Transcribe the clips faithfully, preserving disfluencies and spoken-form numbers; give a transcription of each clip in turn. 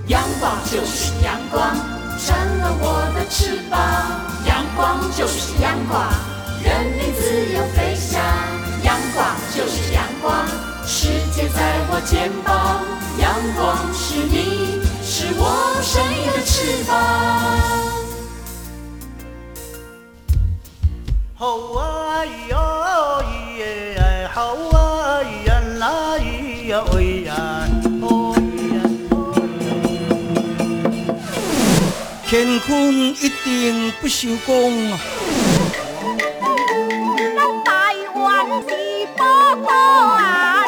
阳光就是阳光，成了我的翅膀。阳光就是阳光，任你自由飞翔。阳光就是阳光，世界在我肩膀。阳光是你，是我生命的翅膀。 好啊咿咿耶，好啊咿呀啦咿呀喂呀。乾坤一定不朽功。 咱台湾是宝岛啊！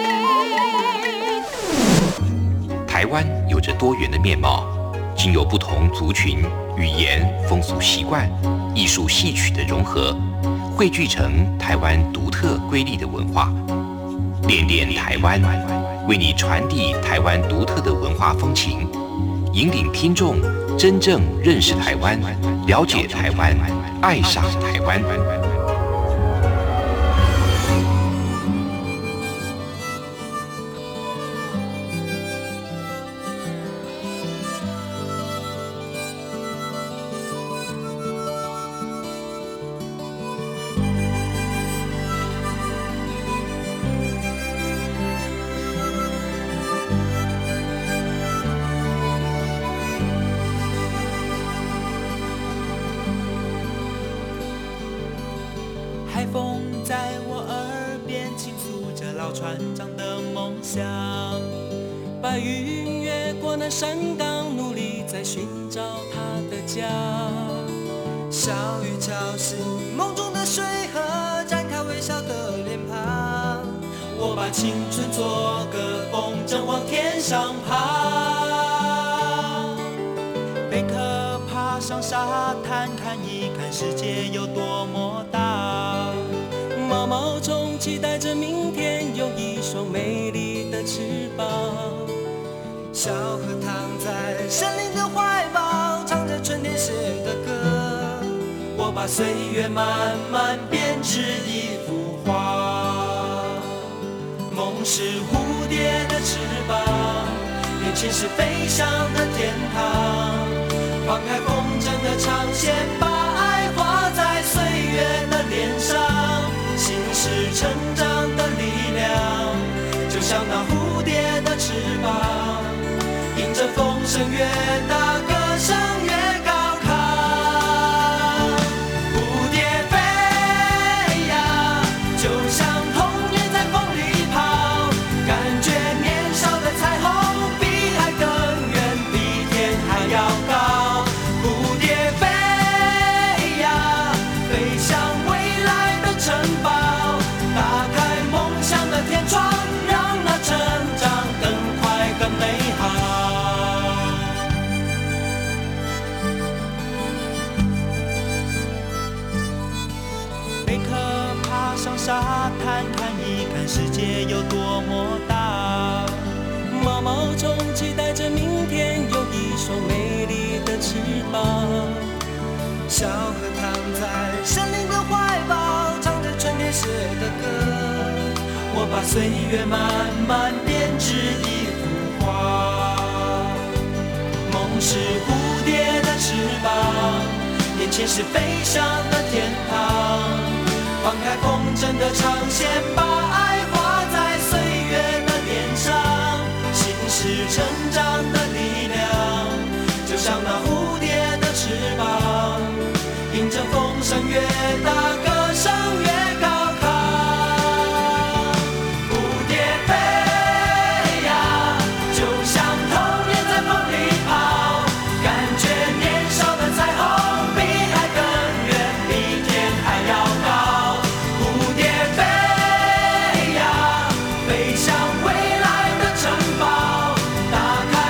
台湾有着多元的面貌，经由不同族群、语言、风俗习惯、艺术戏曲的融合，汇聚成台湾独特瑰丽的文化。恋恋台湾，为你传递台湾独特的文化风情，引领听众真正认识台湾，了解台湾，爱上台湾。 海风在我耳边倾诉着老船长的梦想，白云越过那山岗，努力在寻找他的家。小雨敲醒梦中的水河，展开微笑的脸庞。我把青春做个风筝往天上爬。贝壳爬上沙滩，看一看世界有多么大。毛毛虫期待着明天有一双美丽的翅膀。小河躺在森林的怀抱，唱着春天写的歌。我把岁月慢慢编织一幅画。梦是蝴蝶的翅膀，年轻是飞翔的天堂。放开风筝的长线，把爱画在岁月的脸上。心是成长的力量，就像那蝴蝶的翅膀，迎着风声越大，歌声越高亢。蝴蝶飞呀，就像童年在风里跑，感觉年少的彩虹比海更远，比天还要高。蝴蝶飞呀，飞向未来的城堡，打开梦想的天窗，让那成长更快更美好。贝壳爬上沙滩，看一看世界有多么大。毛毛虫期待着明天有一双美丽的翅膀。小河躺在森林的怀抱，唱着春天写的歌。我把岁月慢慢编织一幅画。梦是蝴蝶的翅膀，年轻是飞翔的天堂。放开风筝的长线，把爱画在岁月的脸上。心是成长的力量，就像那蝴蝶的翅膀，迎着风声越大，歌声越高亢。蝴蝶飞呀，就像童年在风里跑，感觉年少的彩虹比海更远，比天还要高。蝴蝶飞呀，飞向未来的城堡，打开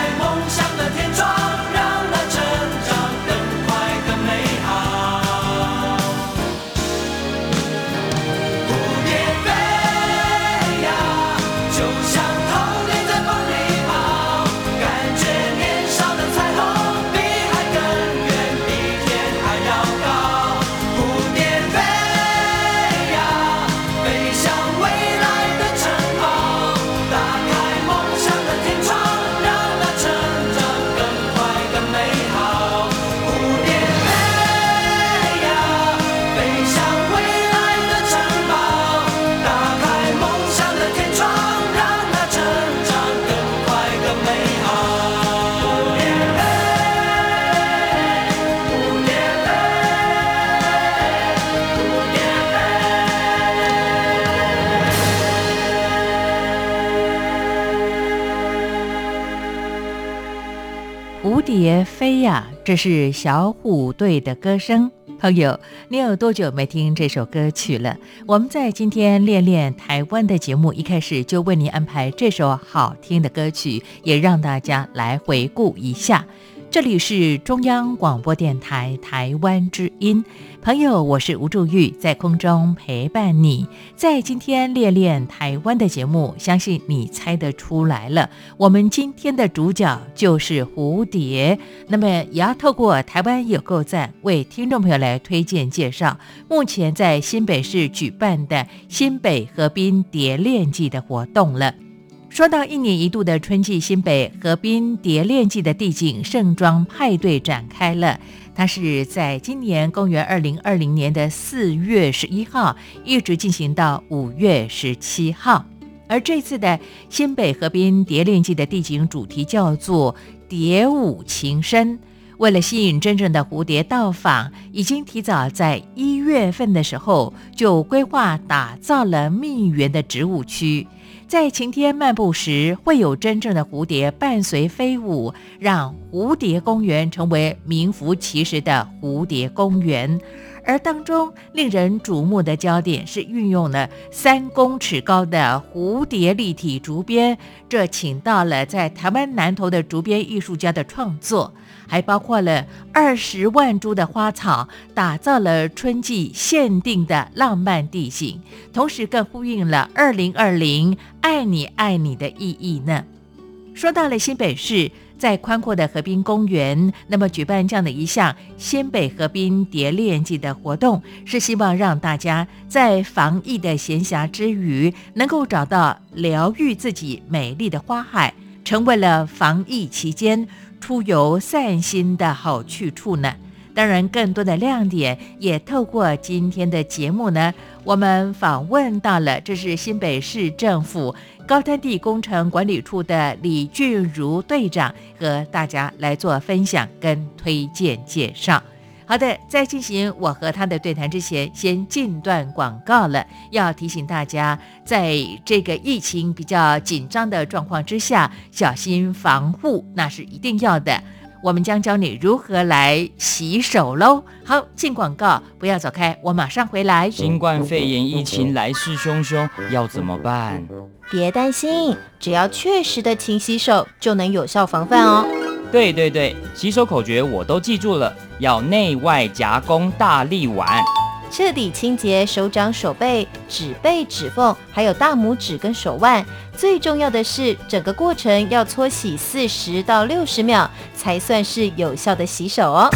蝴蝶飞呀，这是小虎队的歌声。朋友，你有多久没听这首歌曲了？我们在今天练练台湾的节目一开始就为您安排这首好听的歌曲，也让大家来回顾一下。这里是中央广播电台台湾之音，朋友，我是吴祝玉，在空中陪伴你。在今天练练台湾的节目，相信你猜得出来了，我们今天的主角就是蝴蝶。那么也要透过台湾有够赞为听众朋友来推荐介绍目前在新北市举办的新北河滨蝶恋季的活动了。说到一年一度的春季新北河滨蝶恋季的地景盛装派对展开了，它是在今年公元二零二零年的四月十一号一直进行到五月十七号。而这次的新北河滨蝶恋季的地景主题叫做蝶舞情深。为了吸引真正的蝴蝶到访，已经提早在一月份的时候就规划打造了蜜园的植物区。在晴天漫步时，会有真正的蝴蝶伴随飞舞，让蝴蝶公园成为名副其实的蝴蝶公园。而当中令人瞩目的焦点是运用了三公尺高的蝴蝶立体竹编，这请到了在台湾南投的竹编艺术家的创作，还包括了二十万株的花草，打造了春季限定的浪漫地景，同时更呼应了二零二零爱你爱你的意义呢。说到了新北市在宽阔的河滨公园，那么举办这样的一项新北河滨蝶恋季的活动，是希望让大家在防疫的闲暇之余，能够找到疗愈自己美丽的花海，成为了防疫期间出游散心的好去处呢。当然更多的亮点也透过今天的节目呢，我们访问到了这是新北市政府高滩地工程管理处的李俊如队长，和大家来做分享跟推荐介绍。好的，在进行我和他的对谈之前，先进段广告了。要提醒大家，在这个疫情比较紧张的状况之下，小心防护那是一定要的。我们将教你如何来洗手喽。好，进广告，不要走开，我马上回来。 新冠肺炎疫情来势汹汹，要怎么办？ 别担心，只要确实的勤洗手，就能有效防范哦。 对对对，洗手口诀我都记住了，要内外夹攻大力丸， 彻底清洁手掌、手背、指背、指缝，还有大拇指跟手腕。最重要的是，整个过程要搓洗四十到六十秒，才算是有效的洗手哦。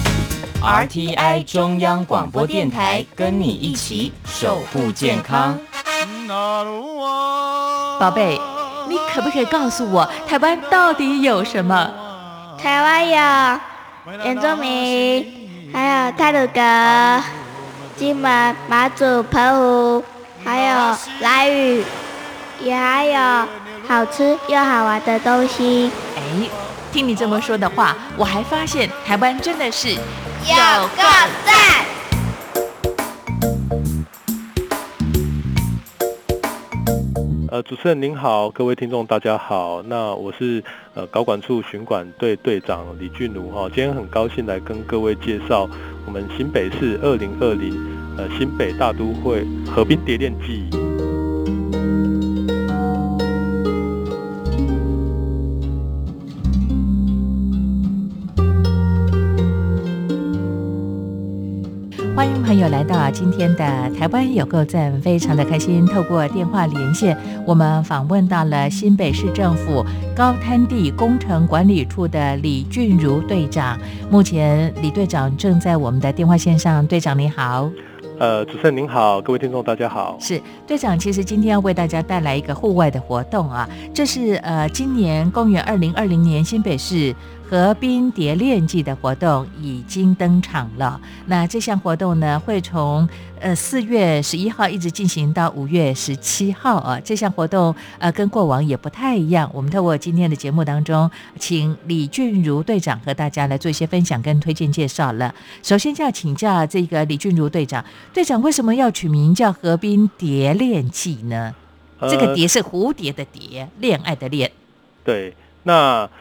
R T I 中央广播电台，跟你一起守护健康。 宝贝，你可不可以告诉我，台湾到底有什么？ 台湾有原住民，还有太鲁阁、金门、马祖、澎湖，还有兰屿，也还有好吃又好玩的东西。 哎，听你这么说的话，我还发现台湾真的是有够赞！ 呃，主持人您好，各位听众大家好，那我是呃高管处巡管队队长李俊如哈，今天很高兴来跟各位介绍我们新北市二零二零呃新北大都会河滨蝶恋季。 欢迎朋友来到今天的台湾有够赞，非常的开心。透过电话连线，我们访问到了新北市政府高滩地工程管理处的李俊如队长。目前李队长正在我们的电话线上，队长你好。 呃，主持人您好，各位听众大家好。 是队长，其实今天要为大家带来一个户外的活动啊，这是呃今年公元二零二零年新北市河滨蝶恋季的活动已经登场了。那这项活动呢，会从呃四月十一号一直进行到五月十七号啊。这项活动呃跟过往也不太一样，我们透过今天的节目当中，请李俊如队长和大家来做一些分享跟推荐介绍了。首先就要请教这个李俊如队长，队长为什么要取名叫河滨蝶恋季呢？呃、这个蝶是蝴蝶的蝶，恋爱的恋。 对，那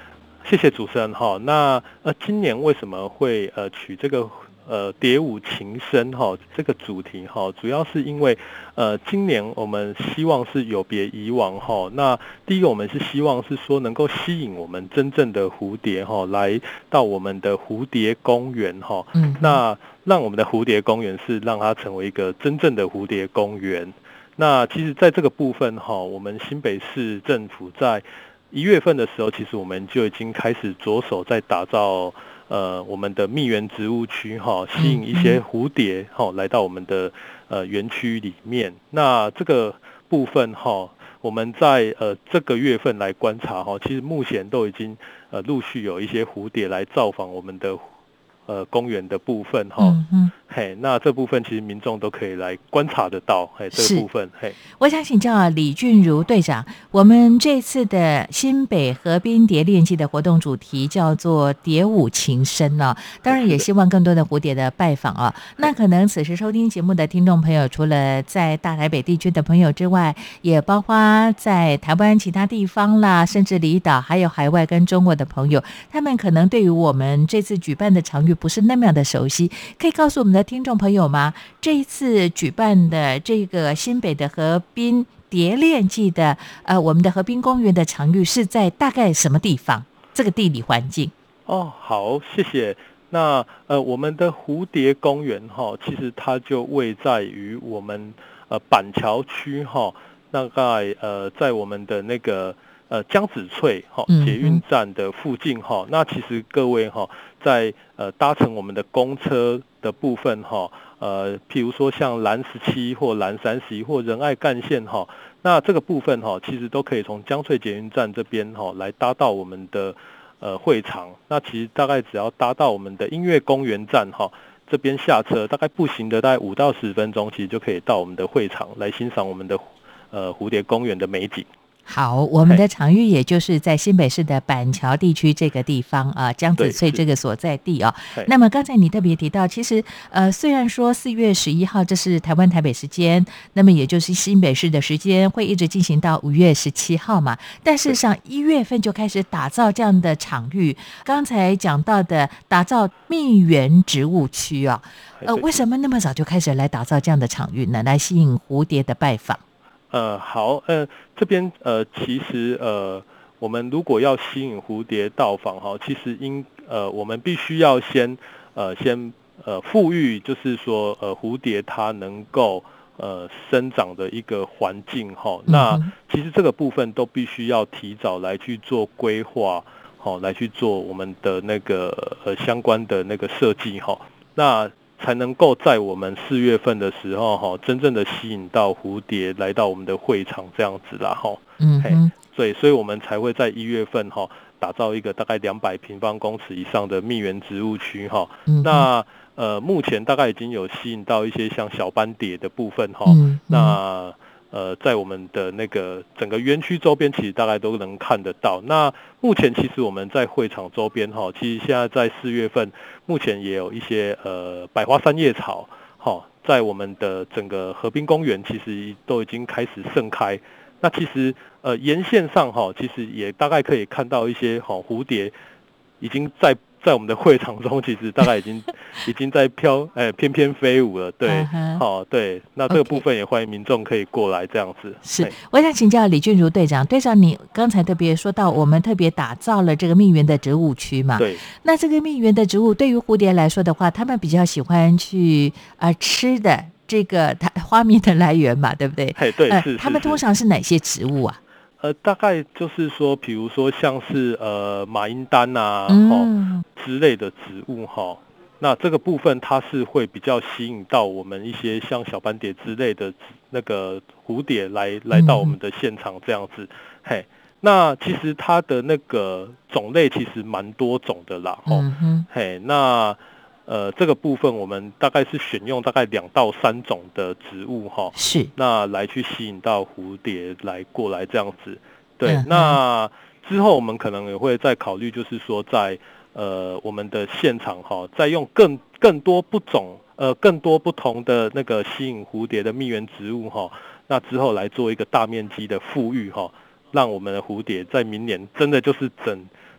谢谢主持人哈。那呃，今年为什么会呃取这个呃蝶舞情深哈这个主题哈？主要是因为呃今年我们希望是有别以往哈。那第一个我们是希望是说能够吸引我们真正的蝴蝶哈来到我们的蝴蝶公园哈。嗯。那让我们的蝴蝶公园是让它成为一个真正的蝴蝶公园。那其实在这个部分哈，我们新北市政府在一月份的时候，其实我们就已经开始着手在打造呃我们的蜜源植物区哈，吸引一些蝴蝶哈来到我们的呃园区里面。那这个部分哈，我们在呃这个月份来观察哈，其实目前都已经呃陆续有一些蝴蝶来造访我们的呃公园的部分哈。嗯嗯嘿，那这部分其实民众都可以来观察得到，嘿，这个部分，嘿， 我想请教李俊如队长，我们这次的新北河滨蝶恋季的活动主题叫做蝶舞情深哦，当然也希望更多的蝴蝶的拜访哦。那可能此时收听节目的听众朋友，除了在大台北地区的朋友之外，也包括在台湾其他地方啦，甚至离岛，还有海外跟中国的朋友，他们可能对于我们这次举办的场域不是那么样的熟悉，可以告诉我们的听众朋友吗？这一次举办的这个新北的河滨蝶恋季的呃，我们的河滨公园的场域是在大概什么地方？这个地理环境？ 哦，好，谢谢。那呃，我们的蝴蝶公园哈，其实它就位在于我们呃板桥区哈，大概呃在我们的那个呃江子翠哈捷运站的附近哈。嗯、那其实各位哈，在呃搭乘我们的公车的部分哈，呃，譬如说像蓝十七或蓝三十一或仁爱干线哈，那这个部分哈，其实都可以从江翠捷运站这边哈来搭到我们的呃会场。那其实大概只要搭到我们的音乐公园站哈这边下车，大概步行的大概五到十分钟，其实就可以到我们的会场来欣赏我们的呃蝴蝶公园的美景。 好，我们的场域也就是在新北市的板桥地区这个地方啊，江子翠这个所在地啊。那么刚才你特别提到，其实呃，虽然说四月十一号这是台湾台北时间，那么也就是新北市的时间，会一直进行到五月十七号嘛。但事实上一月份就开始打造这样的场域，刚才讲到的打造蜜源植物区啊，呃，为什么那么早就开始来打造这样的场域呢？来吸引蝴蝶的拜访？ 呃，好，呃，这边呃，其实呃，我们如果要吸引蝴蝶到访哈，其实应呃，我们必须要先呃，先呃，富裕，就是说呃，蝴蝶它能够呃生长的一个环境哈。那其实这个部分都必须要提早来去做规划，好，来去做我们的那个呃相关的那个设计哈。那才能够在我们四月份的时候哈，真正的吸引到蝴蝶来到我们的会场这样子啦哈。嗯哼，所以所以我们才会在一月份哈打造一个大概两百平方公尺以上的蜜源植物区哈。嗯、那呃目前大概已经有吸引到一些像小斑蝶的部分哈。嗯、那呃，在我们的那个整个园区周边，其实大概都能看得到。那目前其实我们在会场周边哈，其实现在在四月份，目前也有一些呃百花三叶草哈，在我们的整个河滨公园，其实都已经开始盛开。那其实呃沿线上哈，其实也大概可以看到一些哈蝴蝶已经在。在我们的会场中，其实大概已经已经在飘，哎，翩翩飞舞了。对，好、uh huh. 哦，对，那这个部分也欢迎民众可以过来这样子。 是，我想请教李俊如队长，队长，你刚才特别说到，我们特别打造了这个蜜源的植物区嘛？ 对。 那这个蜜源的植物，对于蝴蝶来说的话，他们比较喜欢去呃吃的这个它花蜜的来源嘛，对不对？ 哎，对， 呃、 是。 他们通常是哪些植物啊？ 呃，大概就是说，比如说像是呃马英丹啊， 嗯、 哦之类的植物哈、哦，那这个部分它是会比较吸引到我们一些像小斑蝶之类的那个蝴蝶来来到我们的现场这样子，嗯、嘿，那其实它的那个种类其实蛮多种的啦，哦，嗯、哼嘿，那。呃，这个部分我们大概是选用大概两到三种的植物哈， 是那来去吸引到蝴蝶来过来这样子。对，嗯、那之后我们可能也会再考虑，就是说在呃我们的现场哈，再用更更多不种呃更多不同的那个吸引蝴蝶的蜜源植物哈，那之后来做一个大面积的复育哈，让我们的蝴蝶在明年真的就是整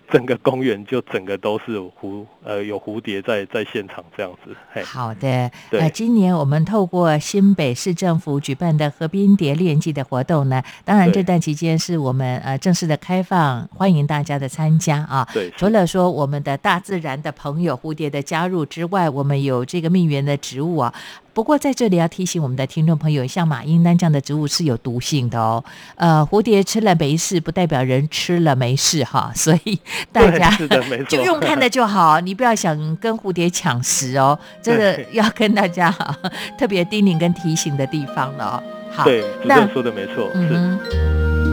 整个公园就整个都是蝴呃有蝴蝶在在现场这样子。嘿， 好的， 对， 呃，今年我们透过新北市政府举办的河滨蝶恋季的活动呢，当然这段期间是我们呃正式的开放，欢迎大家的参加啊。 对， 除了说我们的大自然的朋友蝴蝶的加入之外，我们有这个蜜源的植物啊。不过在这里要提醒我们的听众朋友，像马英丹这样的植物是有毒性的哦。呃，蝴蝶吃了没事，不代表人吃了没事哈，所以大家就用看的就好，你不要想跟蝴蝶抢食哦，这个要跟大家特别叮咛跟提醒的地方了哦。好， 对，主持人说的没错， 嗯是。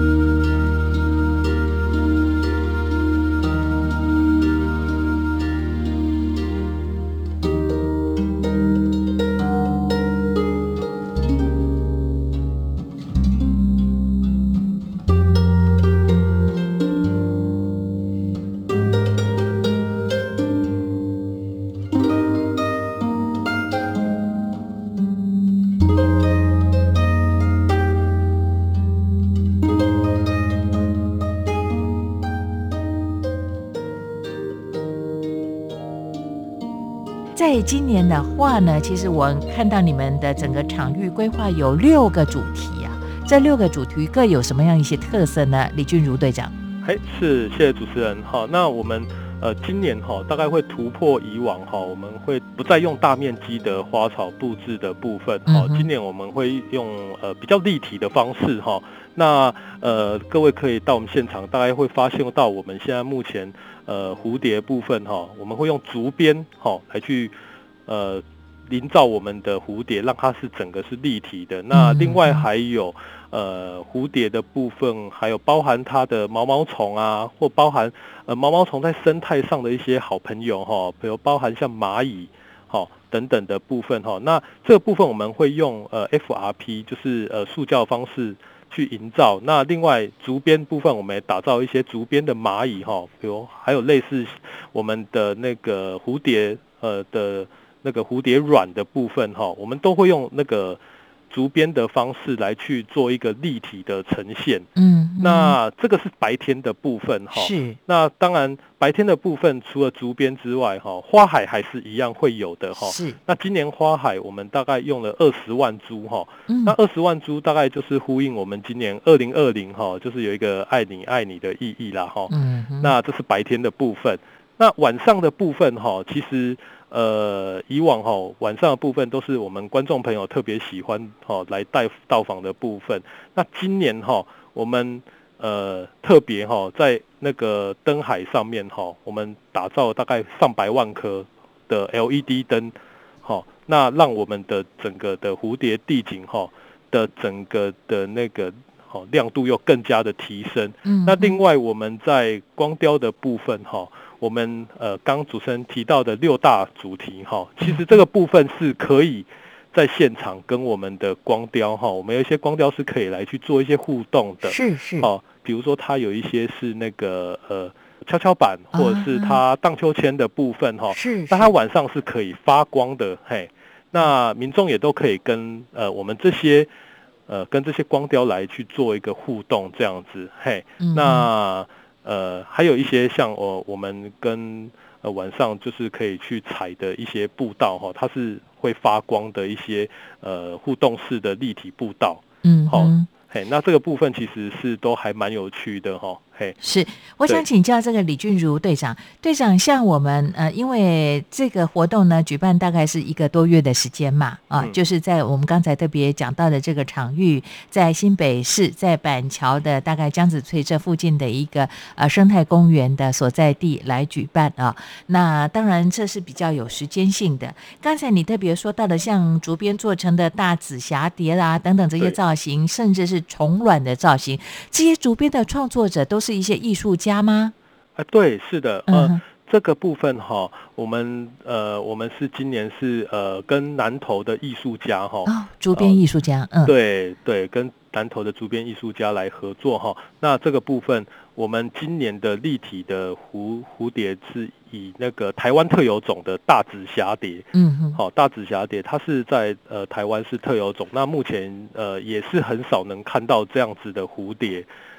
在今年的话呢，其实我看到你们的整个场域规划有六个主题啊，这六个主题各有什么样一些特色呢？李俊如队长。 哎，是，谢谢主持人哈。那我们呃今年哈大概会突破以往哈，我们会不再用大面积的花草布置的部分哈，今年我们会用呃比较立体的方式哈。那呃各位可以到我们现场，大概会发现到我们现在目前。呃，蝴蝶部分哈，我们会用竹编哈来去呃营造我们的蝴蝶，让它是整个是立体的。那另外还有呃蝴蝶的部分，还有包含它的毛毛虫啊，或包含呃毛毛虫在生态上的一些好朋友哈，比如包含像蚂蚁哈等等的部分哈。那这个部分我们会用呃 F R P， 就是呃塑胶方式。去营造。那另外竹编部分，我们也打造一些竹编的蚂蚁哈，比如还有类似我们的那个蝴蝶呃的那个蝴蝶卵的部分哈，我们都会用那个竹编的方式来去做一个立体的呈现。 嗯，嗯那这个是白天的部分哈。 是。 那当然白天的部分除了竹编之外哈，花海还是一样会有的哈。 是。 那今年花海我们大概用了二十万株哈。嗯。那二十万株大概就是呼应我们今年二零二零哈，就是有一个爱你爱你的意义啦哈。嗯。那这是白天的部分。那晚上的部分哈，其实。呃，以往哈、哦、晚上的部分都是我们观众朋友特别喜欢哈、哦、来带到访的部分。那今年哈、哦、我们呃特别哈、哦、在那个灯海上面哈、哦，我们打造大概上百万颗的 L E D 灯，哈、哦，那让我们的整个的蝴蝶地景哈、哦、的整个的那个好亮度又更加的提升。嗯，那另外我们在光雕的部分哈、哦。我们呃，刚主持人提到的六大主题哈，其实这个部分是可以在现场跟我们的光雕哈，我们有一些光雕是可以来去做一些互动的， 是是哦，比如说它有一些是那个呃跷跷板，或者是它荡秋千的部分哈， 是， 那它晚上是可以发光的，嘿，那民众也都可以跟呃我们这些呃跟这些光雕来去做一个互动这样子，嘿，嗯、那。呃，还有一些像哦，我们跟呃晚上就是可以去踩的一些步道哈、哦，它是会发光的一些呃互动式的立体步道，嗯，好、哦，嘿，那这个部分其实是都还蛮有趣的哈、哦，嘿， 是，我想请教这个李俊如队长，队长，像我们呃，因为这个活动呢举办大概是一个多月的时间嘛，啊，嗯、就是在我们刚才特别讲到的这个场域，在新北市，在板桥的大概江子翠这附近的一个呃生态公园的所在地来举办啊。那当然这是比较有时间性的。刚才你特别说到的，像竹编做成的大紫蛱蝶啦等等这些造型，甚至是虫卵的造型，这些竹编的创作者都是一些艺术家吗？ 啊，对，是的，呃，嗯、这个部分哈，我们呃，我们是今年是呃，跟南投的艺术家哈， 哦，竹编艺术家， 呃、 嗯， 对对，跟南投的竹编艺术家来合作哈。那这个部分，我们今年的立体的蝴蝴蝶是以那个台湾特有种的大紫蛱蝶，嗯哼，好、哦，大紫蛱蝶它是在呃台湾是特有种，那目前呃也是很少能看到这样子的蝴蝶。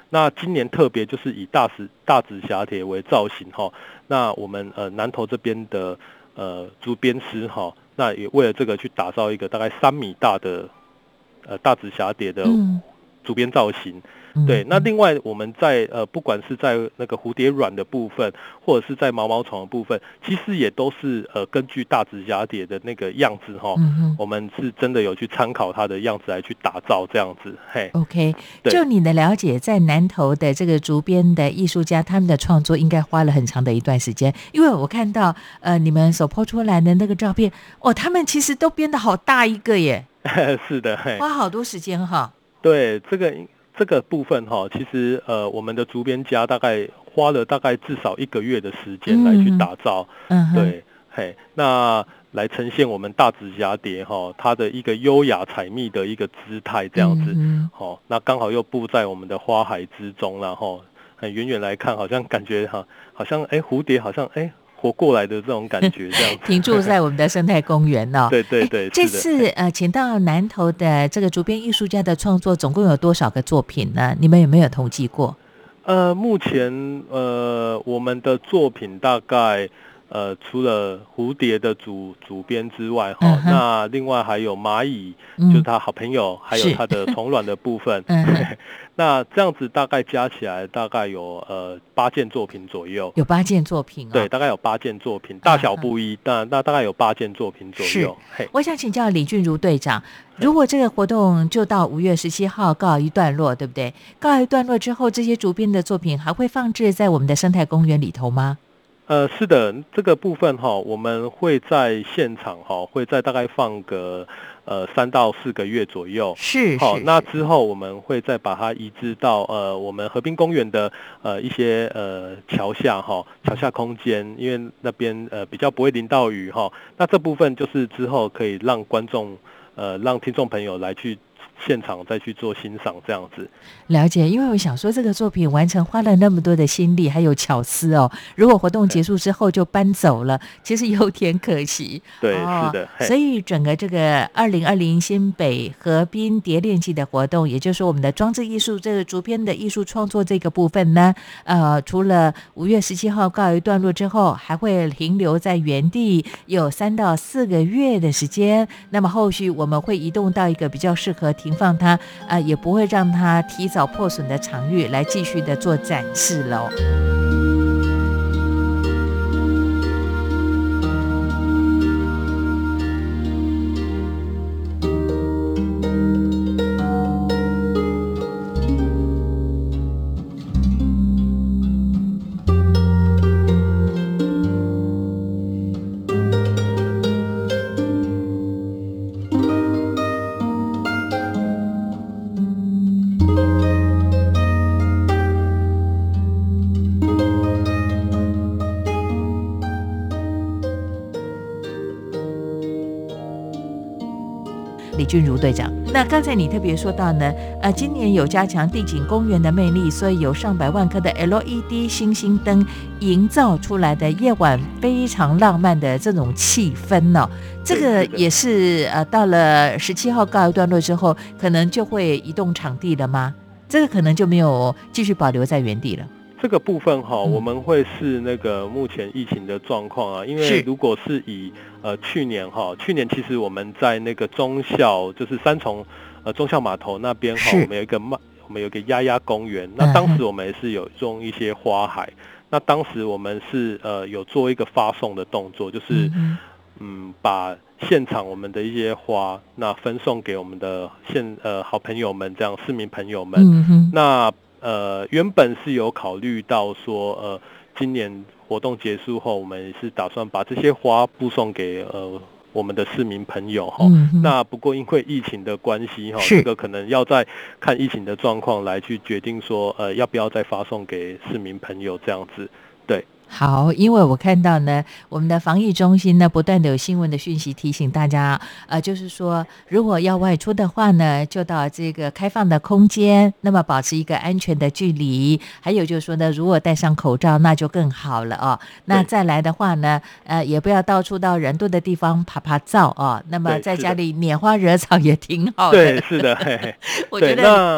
那今年特别就是以大紫大紫霞蝶为造型哈，那我们呃南投这边的呃竹编师哈，那也为了这个去打造一个大概三米大的呃大紫霞蝶的竹编造型。嗯、对，那另外我们在呃不管是在那个蝴蝶卵的部分，或者是在毛毛虫的部分，其实也都是呃根据大紫霞蝶的那个样子哈、嗯，我们是真的有去参考它的样子来去打造这样子。嘿 ，OK， 就你的了解，在南投的这个竹编的艺术家，他们的创作应该花了很长的一段时间，因为我看到呃你们所 po 出来的那个照片，哦，他们其实都编得好大一个耶。 是的， 花好多时间哈。 对，这个。这个部分哈，其实呃，我们的竹编家大概花了大概至少一个月的时间来去打造，嗯、对，嘿，那来呈现我们大紫霞蝶哈，它的一个优雅采蜜的一个姿态这样子，嗯、好，那刚好又布在我们的花海之中，然后很远远来看，好像感觉哈，好像哎蝴蝶好像哎。活过来的这种感觉，这样子停驻在我们的生态公园哦。 对对对， 这次呃，请到南投的这个竹编艺术家的创作，总共有多少个作品呢？你们有没有统计过？ 呃，目前呃，我们的作品大概呃，除了蝴蝶的主主编之外哈、嗯，那另外还有蚂蚁，嗯、就是他好朋友，还有他的虫卵的部分。那这样子大概加起来大概有呃八件作品左右， 有八件作品、哦， 对，大概有八件作品，大小不一，但、嗯、那大概有八件作品左右。 是，我想请教李俊如队长，如果这个活动就到五月十七号告一段落，对不对？告一段落之后，这些竹编的作品还会放置在我们的生态公园里头吗？ 呃，是的，这个部分哈，我们会在现场哈，会在大概放个呃三到四个月左右。 是， 好，那之后我们会再把它移植到呃我们河滨公园的呃一些呃桥下哈，桥下空间，因为那边呃比较不会淋到雨哈。那这部分就是之后可以让观众呃让听众朋友来去现场再去做欣赏这样子。 了解，因为我想说这个作品完成花了那么多的心力还有巧思哦，如果活动结束之后就搬走了，其实有点可惜。 对、 哦、 是的。 所以整个这个二零二零新北河滨蝶恋季的活动，也就是说我们的装置艺术这个竹编的艺术创作这个部分呢，呃，除了五月十七号告一段落之后，还会停留在原地有三到四个月的时间，那么后续我们会移动到一个比较适合停放它呃，也不会让它提早破损的场域来继续的做展示喽。李俊如队长，那刚才你特别说到呢，呃，今年有加强地景公园的魅力，所以有上百万颗的 L E D 星星灯营造出来的夜晚非常浪漫的这种气氛哦。这个也是呃，到了十七号告一段落之后，可能就会移动场地了吗？这个可能就没有继续保留在原地了。 这个部分哈，我们会视那个目前疫情的状况啊，因为如果是以呃去年哈，去年其实我们在那个忠孝，就是三重呃忠孝码头那边哈，我们有一个我们有一个鸭鸭公园，那当时我们也是有种一些花海，嗯、那当时我们是呃有做一个发送的动作，就是嗯, 嗯把现场我们的一些花那分送给我们的现呃好朋友们，这样市民朋友们，嗯、那。呃，原本是有考虑到说，呃，今年活动结束后，我们是打算把这些花布送给呃我们的市民朋友哈。嗯、那不过因为疫情的关系哈，这个可能要再看疫情的状况来去决定说，呃，要不要再发送给市民朋友这样子，对。 好，因为我看到呢，我们的防疫中心呢，不断的有新闻的讯息提醒大家，呃，就是说，如果要外出的话呢，就到这个开放的空间，那么保持一个安全的距离。还有就是说呢，如果戴上口罩，那就更好了哦。那再来的话呢，呃，也不要到处到人多的地方爬爬照哦。那么在家里拈花惹草也挺好的。 对，是的，嘿嘿我觉得。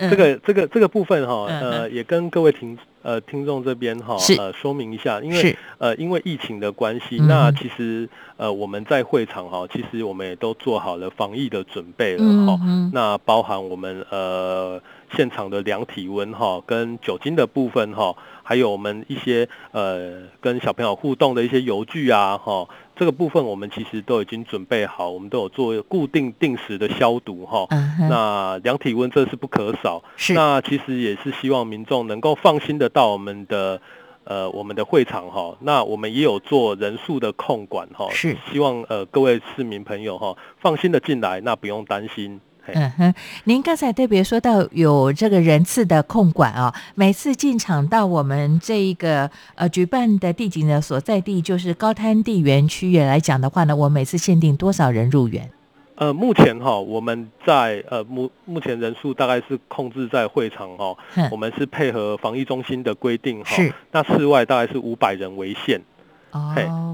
这个这个这个部分哈，呃，也跟各位听呃听众这边哈，呃说明一下，因为呃因为疫情的关系，嗯、那其实呃我们在会场哈，其实我们也都做好了防疫的准备了哈、嗯，那包含我们呃现场的量体温哈，跟酒精的部分哈，还有我们一些呃跟小朋友互动的一些游具啊哈。这个部分我们其实都已经准备好，我们都有做固定定时的消毒哈。Uh-huh. 那量体温这是不可少。是。那其实也是希望民众能够放心的到我们的呃我们的会场哈。那我们也有做人数的控管哈。是。希望呃各位市民朋友哈放心的进来，那不用担心。 嗯哼，您刚才特别说到有这个人次的控管哦，每次进场到我们这一个呃举办的地景的所在地，就是高滩地园区域来讲的话呢，我每次限定多少人入园？ 呃，目前哈、哦，我们在呃目目前人数大概是控制在会场哈、哦，我们是配合防疫中心的规定哈、哦，那室外大概是五百人为限。哦、okay ，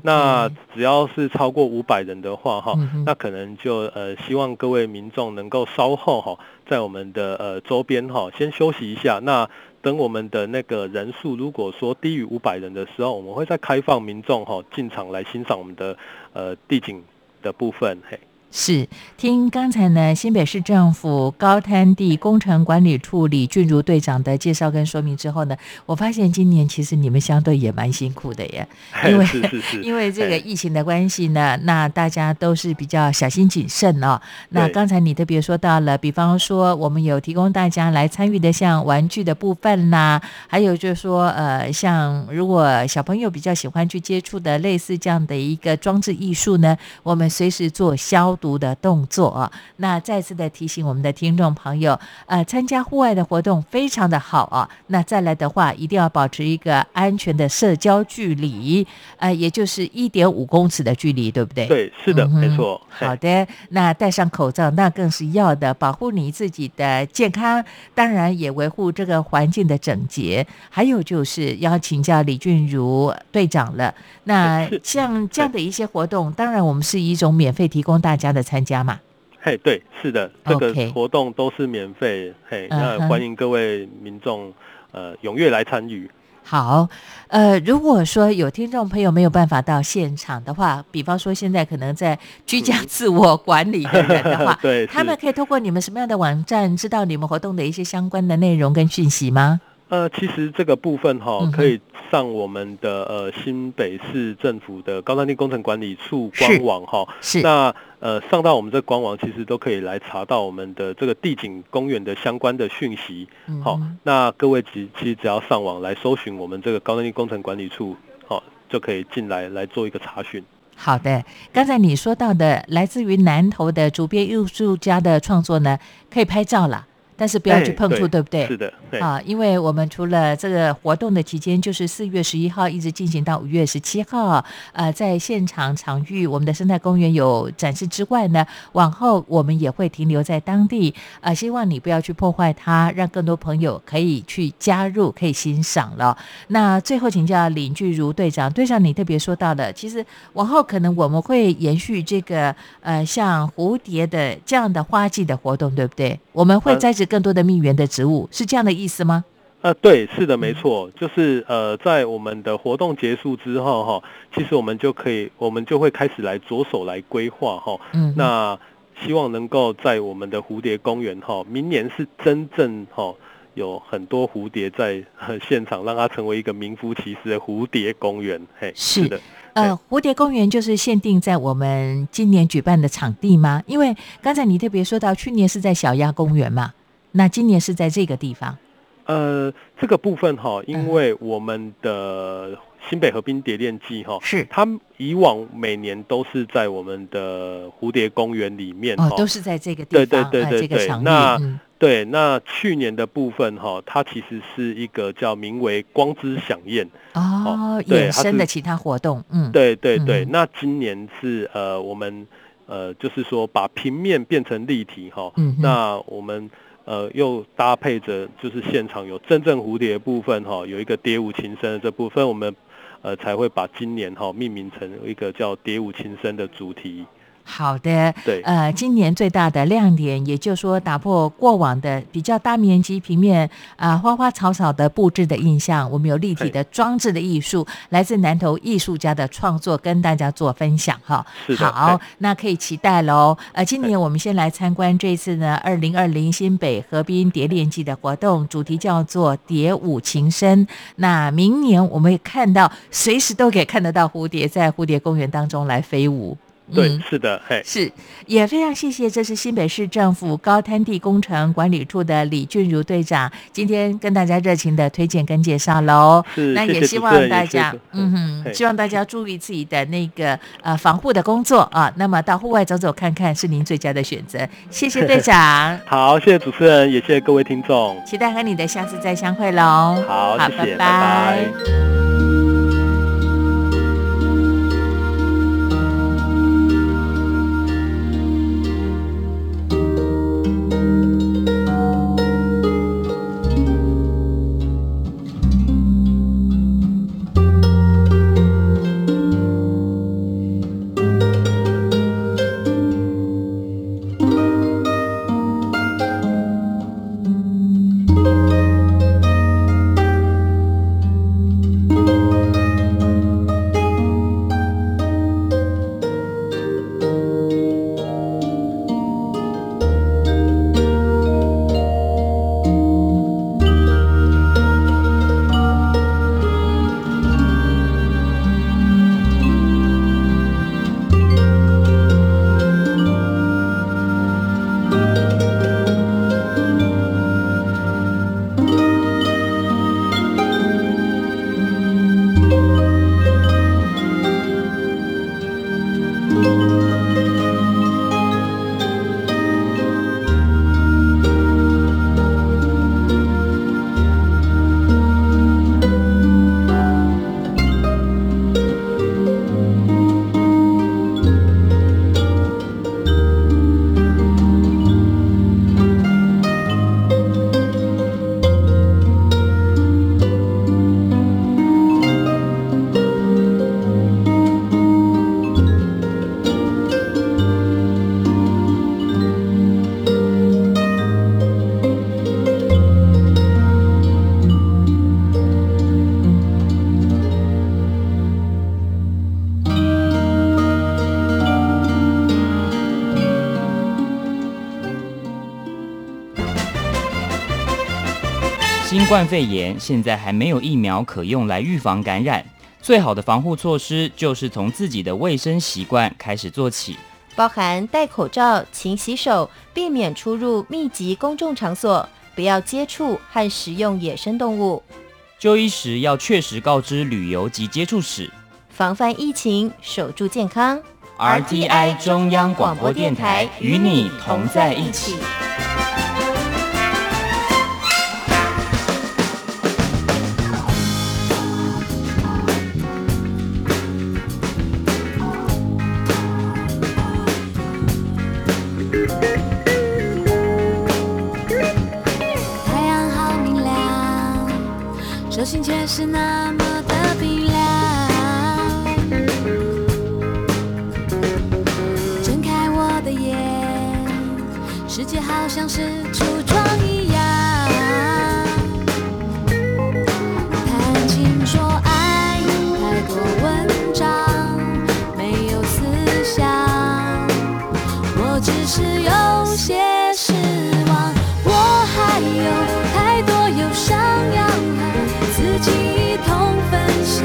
那只要是超过五百人的话哈、嗯，那可能就呃希望各位民众能够稍后哈，在我们的呃周边哈先休息一下。那等我们的那个人数如果说低于五百人的时候，我们会再开放民众哈进场来欣赏我们的呃地景的部分。嘿。 是，听刚才呢新北市政府高滩地工程管理处李俊如队长的介绍跟说明之后呢，我发现今年其实你们相对也蛮辛苦的耶，因为是是是因为这个疫情的关系呢，那大家都是比较小心谨慎哦。那刚才你特别说到了，比方说我们有提供大家来参与的像玩具的部分啦，还有就是说呃，像如果小朋友比较喜欢去接触的类似这样的一个装置艺术呢，我们随时做消毒的动作啊，那再次的提醒我们的听众朋友，呃，参加户外的活动非常的好啊。那再来的话，一定要保持一个安全的社交距离，呃，也就是一点五公尺的距离，对不对？ 对，是的，嗯、没错。 好的，那戴上口罩，那更是要的，保护你自己的健康，当然也维护这个环境的整洁。还有就是要请教李俊如队长了。那像这样的一些活动，当然我们是一种免费提供大家的参加嘛。 嘿，对，是的，这个活动都是免费， okay. 嘿，那欢迎各位民众呃踊跃来参与。 好，呃，如果说有听众朋友没有办法到现场的话，比方说现在可能在居家自我管理的人的话， 嗯、对， 他们可以透过你们什么样的网站知道你们活动的一些相关的内容跟讯息吗？ 呃，其实这个部分哈、哦嗯，可以上我们的呃新北市政府的高滩地工程管理处官网哈、哦。是。那呃上到我们这官网，其实都可以来查到我们的这个地景公园的相关的讯息。好、嗯哦，那各位其其实只要上网来搜寻我们这个高滩地工程管理处，好、哦、就可以进来来做一个查询。 好的，刚才你说到的来自于南投的竹编艺术家的创作呢，可以拍照了。但是不要去碰触、欸、对, 对不对？ 是的， 啊，因为我们除了这个活动的期间，就是四月十一号一直进行到五月十七号，呃，在现场场域我们的生态公园有展示之外呢，往后我们也会停留在当地，呃，希望你不要去破坏它，让更多朋友可以去加入，可以欣赏了。那最后请教李俊如队长，队长你特别说到了，其实往后可能我们会延续这个呃像蝴蝶的这样的花季的活动，对不对？我们会栽植更多的蜜源的植物，是这样的意思吗？ 呃，对，是的，没错，就是呃，在我们的活动结束之后哈，其实我们就可以，我们就会开始来着手来规划哈。嗯，那希望能够在我们的蝴蝶公园哈，明年是真正哈有很多蝴蝶在现场，让它成为一个名副其实的蝴蝶公园。嘿，是的。 呃，蝴蝶公园就是限定在我们今年举办的场地吗？因为刚才你特别说到，去年是在小鸭公园嘛，那今年是在这个地方。 呃，这个部分哈，因为我们的新北河滨蝶恋季哈，是它以往每年都是在我们的蝴蝶公园里面哈、 哦，都是在这个地方，对对对对对，呃、这个场域那。嗯对，那去年的部分哈，它其实是一个叫名为光之响宴哦，衍生的其他活动，嗯， 对对对。嗯、那今年是呃，我们呃，就是说把平面变成立体哈，嗯，那我们呃又搭配着就是现场有真正蝴蝶的部分哈，有一个蝶舞情深的这部分，我们呃才会把今年哈命名成一个叫蝶舞情深的主题。 好的， 对， 呃，今年最大的亮点，也就是说打破过往的比较大面积平面啊、呃、花花草草的布置的印象，我们有立体的装置的艺术，来自南投艺术家的创作，跟大家做分享哈。 是的， 好，那可以期待喽。呃，今年我们先来参观这次呢，二零二零新北河滨蝶恋季的活动，主题叫做蝶舞情深。那明年我们会看到，随时都可以看得到蝴蝶在蝴蝶公园当中来飞舞。 对， 嗯、 是的，嘿， 是，也非常谢谢，这是新北市政府高滩地工程管理处的李俊如队长，今天跟大家热情的推荐跟介绍喽。 是， 那也希望大家，嗯哼，希望大家注意自己的那个呃防护的工作啊。那么到户外走走看看是您最佳的选择。谢谢队长。 好，谢谢主持人，也谢谢各位听众， 期待和你的下次再相会喽。 好， 好， 谢谢， 拜拜。 拜拜。 新冠肺炎现在还没有疫苗可用来预防感染，最好的防护措施就是从自己的卫生习惯开始做起， 包含戴口罩、勤洗手，避免出入密集公众场所，不要接触和食用野生动物。 就医时要确实告知旅游及接触史， 防范疫情，守住健康。 R T I 中央广播电台与你同在一起。 太阳好明亮，手心却是那么的冰凉。睁开我的眼，世界好像是橱窗一样。谈情说爱，太多文章，没有思想。我只是有些失望，我还有太多忧伤要和自己一同分享，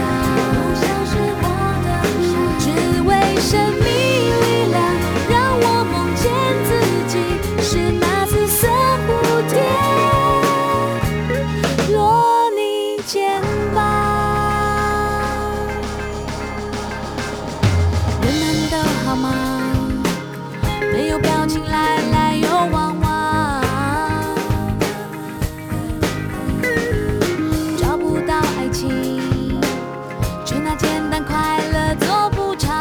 只为生命力量，让我梦见自己是那紫色蝴蝶，落你肩膀。人们都好吗？没有表情，来来又往往，找不到爱情，却拿简单快乐做补偿。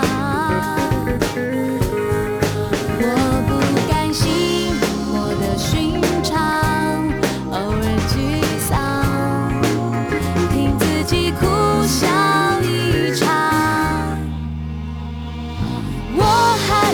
我不甘心活得寻常，偶尔沮丧，听自己哭笑一场。我还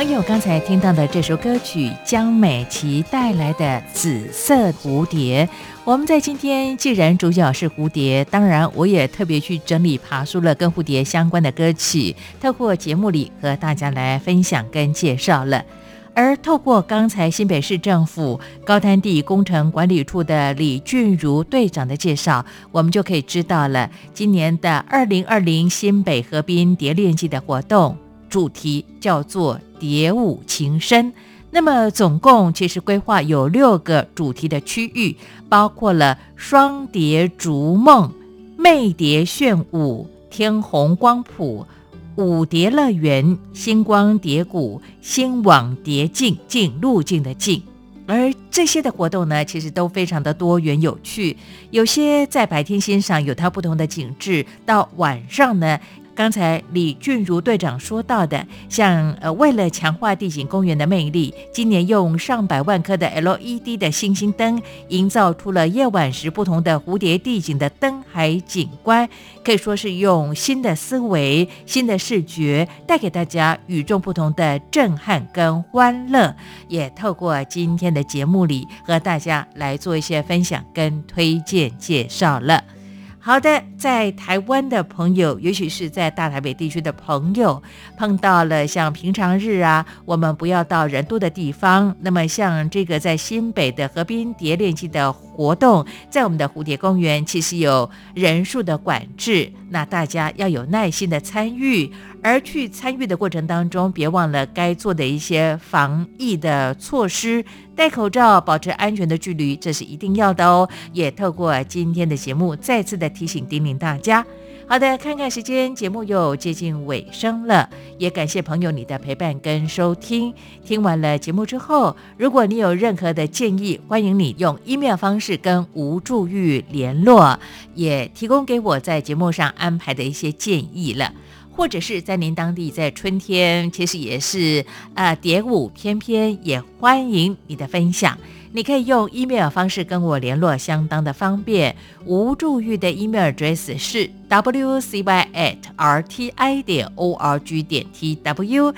朋友刚才听到的这首歌曲，江美琪带来的《紫色蝴蝶》。我们在今天既然主角是蝴蝶，当然我也特别去整理爬梳了跟蝴蝶相关的歌曲，透过节目里和大家来分享跟介绍了。而透过刚才新北市政府高滩地工程管理处的李俊如队长的介绍，我们就可以知道了今年的二零二零新北河滨蝶恋季的活动主题叫做蝶舞情深。那么总共其实规划有六个主题的区域，包括了双蝶逐梦、媚蝶炫舞、天虹光谱、舞蝶乐园、星光蝶谷、星网蝶境，境路径的境。而这些的活动呢，其实都非常的多元有趣，有些在白天欣赏有它不同的景致，到晚上呢，刚才李俊如队长说到的，像呃，为了强化地景公园的魅力，今年用上百万颗的 L E D 的星星灯，营造出了夜晚时不同的蝴蝶地景的灯海景观，可以说是用新的思维、新的视觉，带给大家与众不同的震撼跟欢乐。也透过今天的节目里，和大家来做一些分享跟推荐介绍了。好的，在台湾的朋友，尤其是在大台北地区的朋友，碰到了像平常日啊，我们不要到人多的地方。那么像这个在新北的河滨蝶恋季的活动，在我们的蝴蝶公园其实有人数的管制，那大家要有耐心的参与，而去参与的过程当中，别忘了该做的一些防疫的措施，戴口罩，保持安全的距离，这是一定要的哦。也透过今天的节目再次的提醒叮咛大家。好的，看看时间，节目又接近尾声了，也感谢朋友你的陪伴跟收听。听完了节目之后，如果你有任何的建议，欢迎你用 email 方式跟吴祝玉联络，也提供给我在节目上安排的一些建议了。或者是在您当地在春天其实也是呃蝶舞翩翩，也欢迎你的分享。你可以用 email 方式跟我联络，相当的方便。吴祝玉的 email address 是 w c y at r t i 点 o r g 点 t w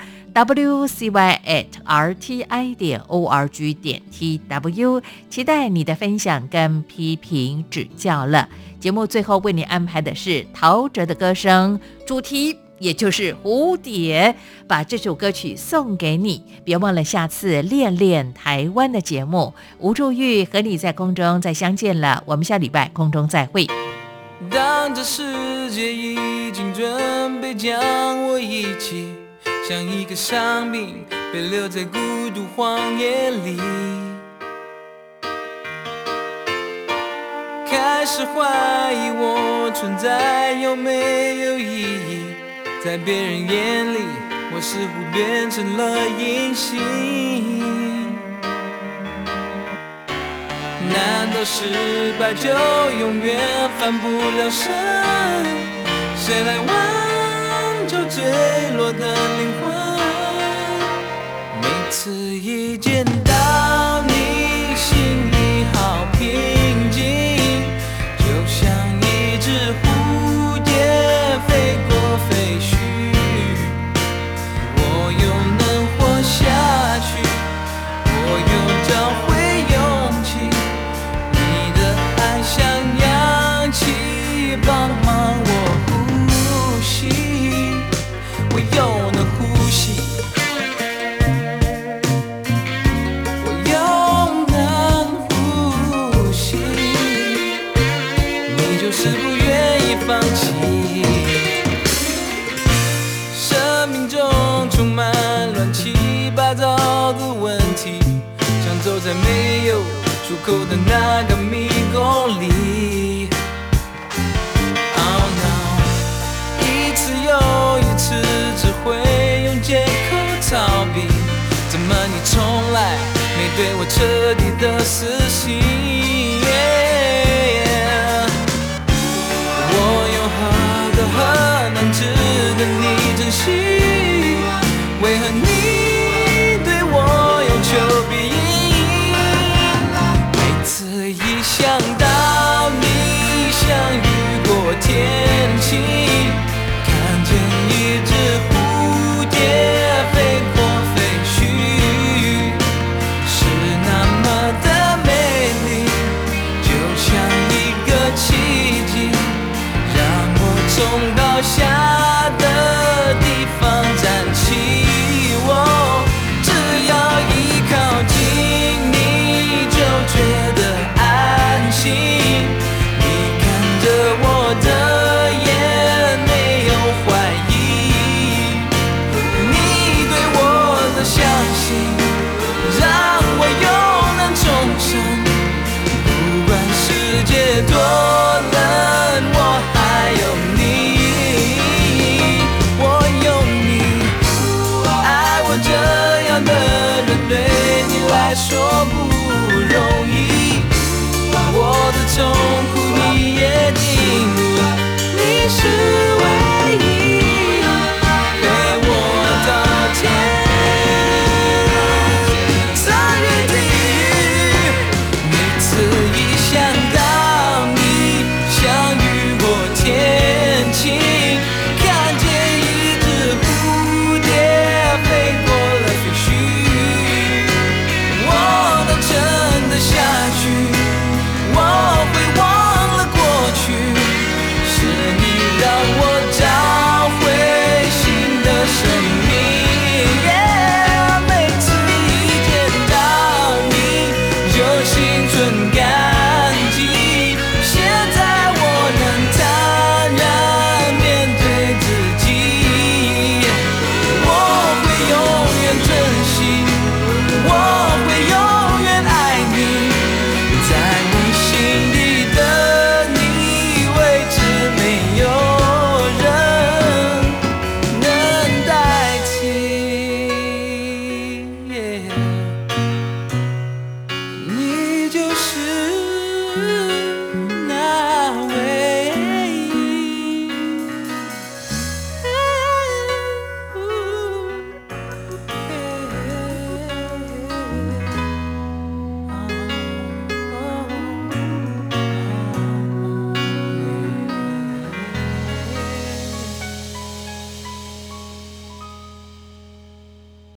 w c y at r t i 点 o r g 点 t w， 期待你的分享跟批评指教了。节目最后为你安排的是陶喆的歌声，主题也就是蝴蝶，把这首歌曲送给你。别忘了下次恋恋台湾的节目，吴祝玉和你在空中再相见了，我们下礼拜空中再会。 当这世界已经准备将我遗弃，像一个伤兵被留在孤独荒野里，开始怀疑我存在有没有意义，在别人眼里我似乎变成了隐形。难道失败就永远翻不了身？谁来挽救坠落的灵魂？每次一见到你，心里好平静，就像一只蝴蝶飞过废墟，我又能活下去，我又找回勇气，你的爱像氧气帮忙我呼吸，我又能呼吸，我又能呼吸，你就是不愿意放弃。生命中充满乱七八糟的问题，像走在没有出口的那个迷宫里。Oh no， 一次又一次只会用借口逃避，怎么你从来没对我彻底的死心？